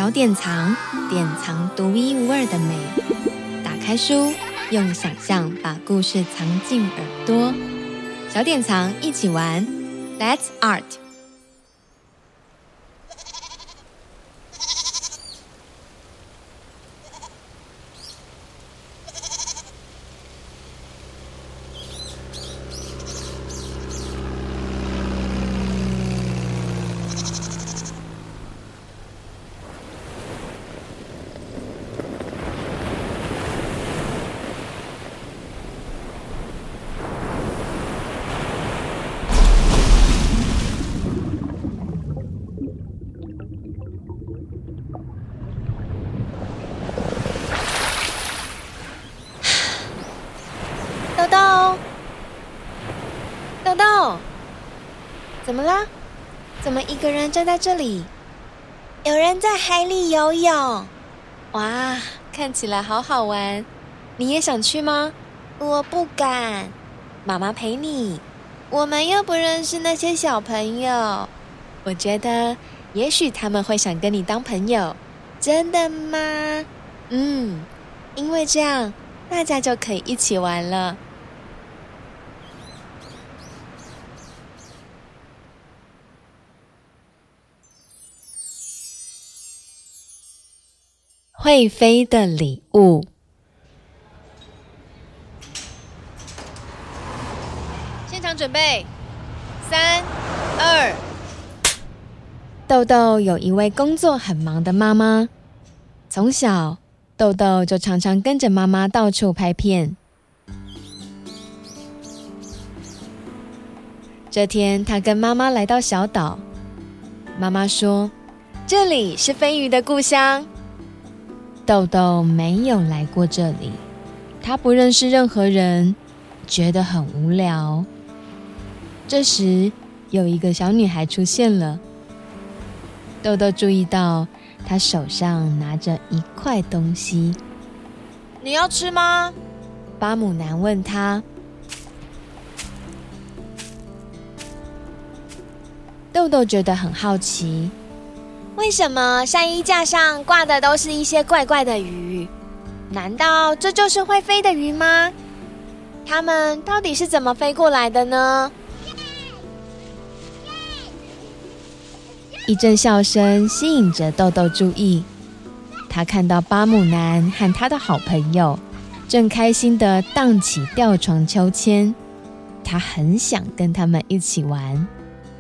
小典藏，典藏独一无二的美。打开书，用想象把故事藏进耳朵。小典藏一起玩 ，Let's Art。豆豆，怎么啦？怎么一个人站在这里？ 有人在海里游泳。 哇，看起来好好玩。你也想去吗？ 我不敢。 妈妈陪你。 我们又不认识那些小朋友。 我觉得也许他们会想跟你当朋友。 真的吗？ 因为这样大家就可以一起玩了。会飞的礼物。现场准备，3、2。豆豆有一位工作很忙的妈妈，从小豆豆就常常跟着妈妈到处拍片。这天他跟妈妈来到小岛，妈妈说：“这里是飞鱼的故乡。”豆豆没有来过这里，他不认识任何人，觉得很无聊。这时有一个小女孩出现了，豆豆注意到她手上拿着一块东西。 你要吃吗？ 巴姆男问她。豆豆觉得很好奇， 为什么晒衣架上挂的都是一些怪怪的鱼？难道这就是会飞的鱼吗？它们到底是怎么飞过来的呢？ 一阵笑声吸引着豆豆注意，他看到巴姆男和他的好朋友正开心地荡起吊床秋千，他很想跟他们一起玩。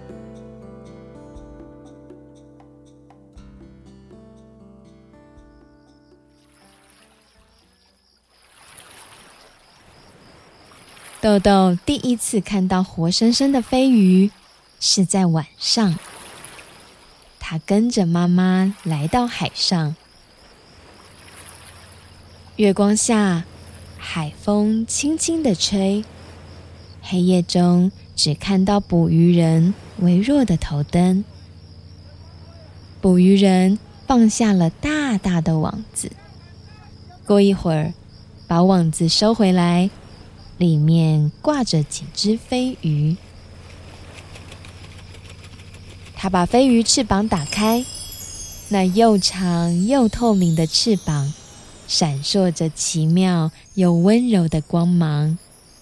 豆豆第一次看到活生生的飞鱼是在晚上，他跟着妈妈来到海上。月光下，海风轻轻地吹，黑夜中只看到捕鱼人微弱的头灯。捕鱼人放下了大大的网子，过一会儿把网子收回来，里面挂着几只飞鱼。他把飞鱼翅膀打开，那又长又透明的翅膀闪烁着奇妙又温柔的光芒。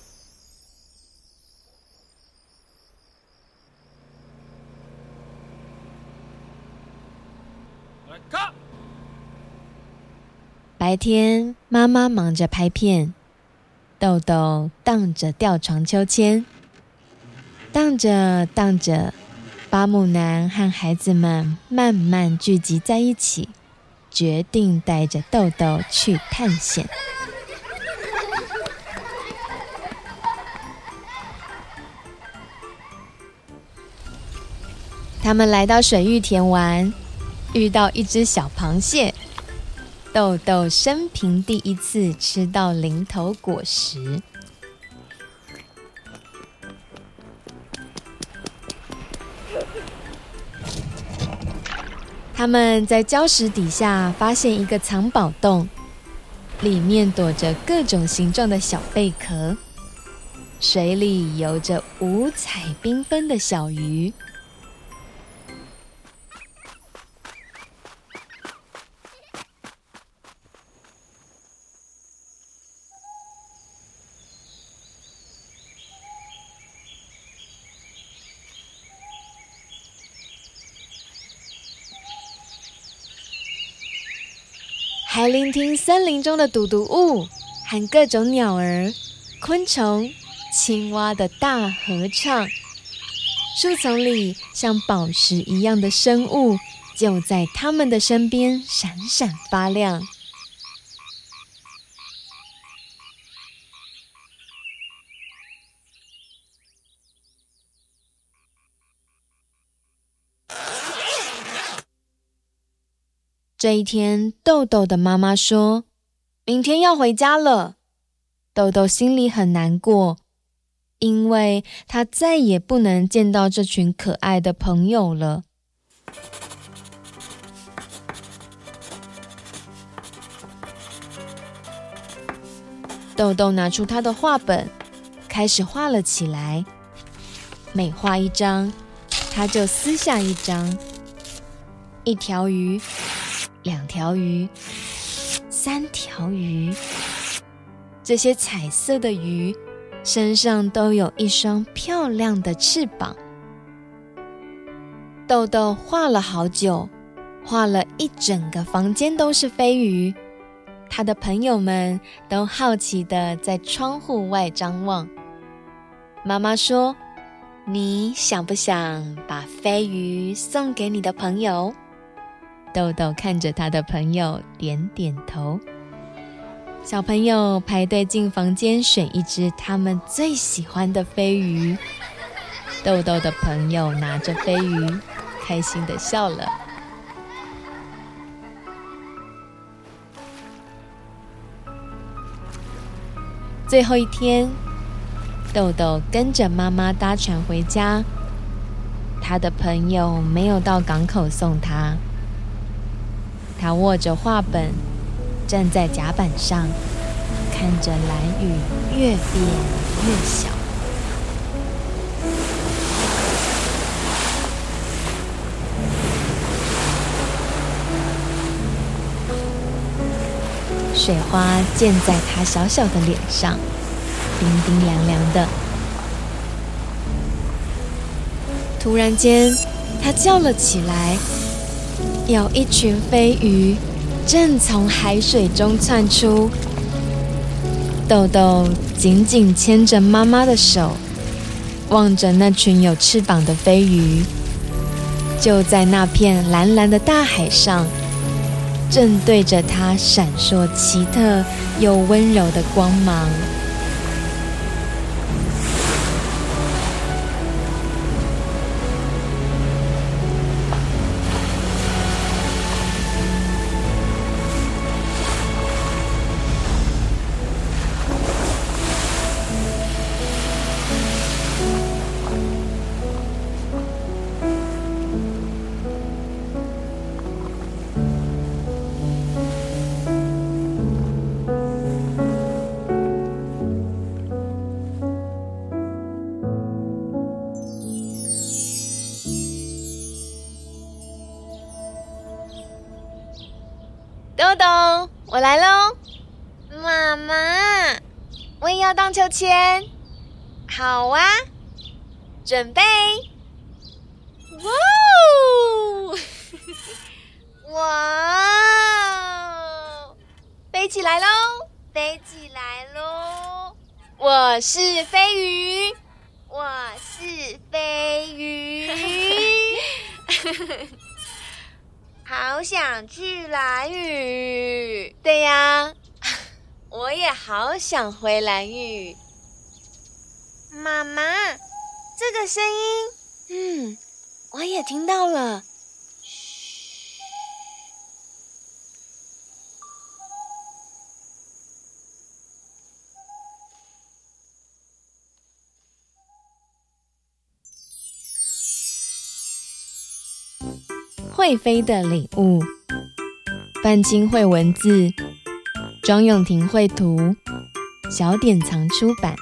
白天妈妈忙着拍片，豆豆荡着吊床秋千，荡着荡着，巴姆男和孩子们慢慢聚集在一起，决定带着豆豆去探险。他们来到水域田玩，遇到一只小螃蟹。豆豆生平第一次吃到零头果实。他们在礁石底下发现一个藏宝洞，里面躲着各种形状的小贝壳，水里游着五彩缤纷的小鱼。 还聆听森林中的嘟嘟物和各种鸟儿、昆虫、青蛙的大合唱。树丛里像宝石一样的生物就在他们的身边闪闪发亮。这一天，豆豆的妈妈说，明天要回家了。豆豆心里很难过，因为他再也不能见到这群可爱的朋友了。豆豆拿出他的画本，开始画了起来。每画一张，他就撕下一张。一条鱼，2条鱼，3条鱼，这些彩色的鱼身上都有一双漂亮的翅膀。豆豆画了好久，画了一整个房间都是飞鱼。他的朋友们都好奇地在窗户外张望。妈妈说，你想不想把飞鱼送给你的朋友？豆豆看着他的朋友点点头。小朋友排队进房间选一只他们最喜欢的飞鱼。豆豆的朋友拿着飞鱼，开心地笑了。最后一天，豆豆跟着妈妈搭船回家。他的朋友没有到港口送他。他握着画本，站在甲板上，看着蓝雨越变越小。水花溅在他小小的脸上，冰冰凉凉的。突然间，他叫了起来。有一群飞鱼正从海水中窜出。豆豆紧紧牵着妈妈的手，望着那群有翅膀的飞鱼。就在那片蓝蓝的大海上，正对着它闪烁奇特又温柔的光芒。 豆豆，我来喽！妈妈，我也要荡秋千。好啊，准备！哇哦！哇！飞起来喽！飞起来喽！我是飞鱼，我是飞鱼。好想去兰屿。对呀，我也好想回兰屿。妈妈，这个声音，我也听到了。嘘。 会飞的礼物，范清慧文字，庄永婷绘图，小典藏出版。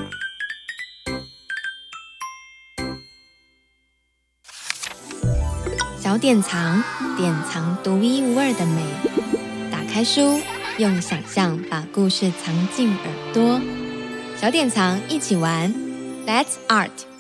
小典藏，典藏独一无二的美。打开书，用想象把故事藏进耳朵。小典藏，一起玩 ，Let's Art。